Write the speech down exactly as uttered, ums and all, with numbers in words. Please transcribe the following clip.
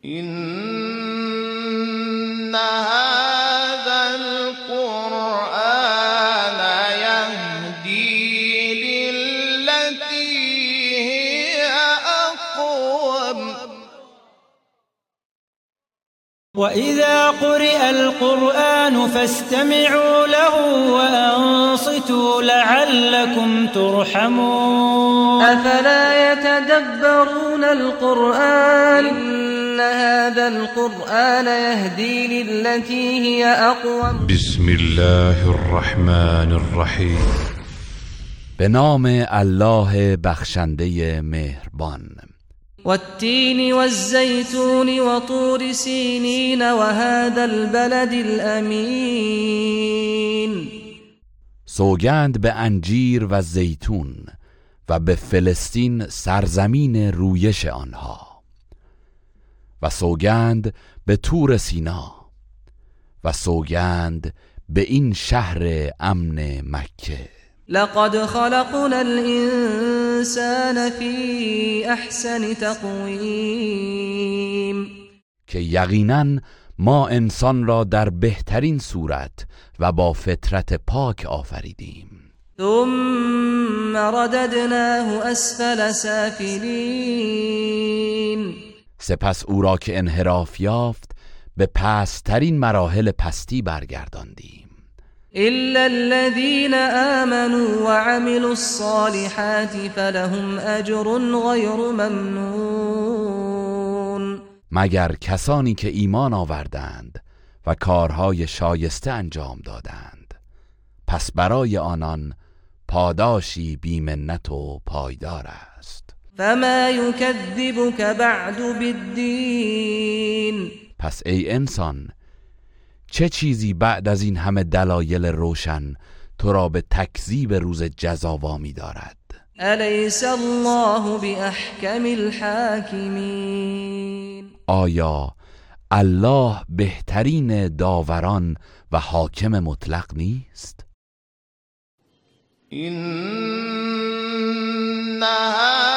إن هذا القرآن يهدي للتي هي أقوم وإذا قرئ القرآن فاستمعوا له وأنصتوا لعلكم ترحمون أفلا يتدبرون القرآن إن هذا القرآن يهدي للتي هي أقوم بسم الله الرحمن الرحیم. به نام الله بخشنده مهربان. والتين والزيتون وطور سينين وهذا البلد الأمين. سوگند به انجیر و زیتون و به فلسطین سرزمین رویش آنها، و سوگند به طور سینا، و سوگند به این شهر امن مکه. لقد خلقنا الانسان فی احسن تقویم. که یقیناً ما انسان را در بهترین صورت و با فطرت پاک آفریدیم. ثم رددناه اسفل سافلین. سپس او را که انحراف یافت به پست‌ترین مراحل پستی برگرداندیم. إلا الذين آمنوا وعملوا الصالحات فلهم أجر غير ممنون. مگر کسانی که ایمان آوردند و کارهای شایسته انجام دادند، پس برای آنان پاداشی بی‌منت و پایدار است. فما يكذبك بعد بالدين. پس ای انسان، چه چیزی بعد از این همه دلایل روشن تو را به تکذیب روز جزا وامی دارد؟ الیس الله باحکم الحاکمین. آیا الله بهترین داوران و حاکم مطلق نیست؟ این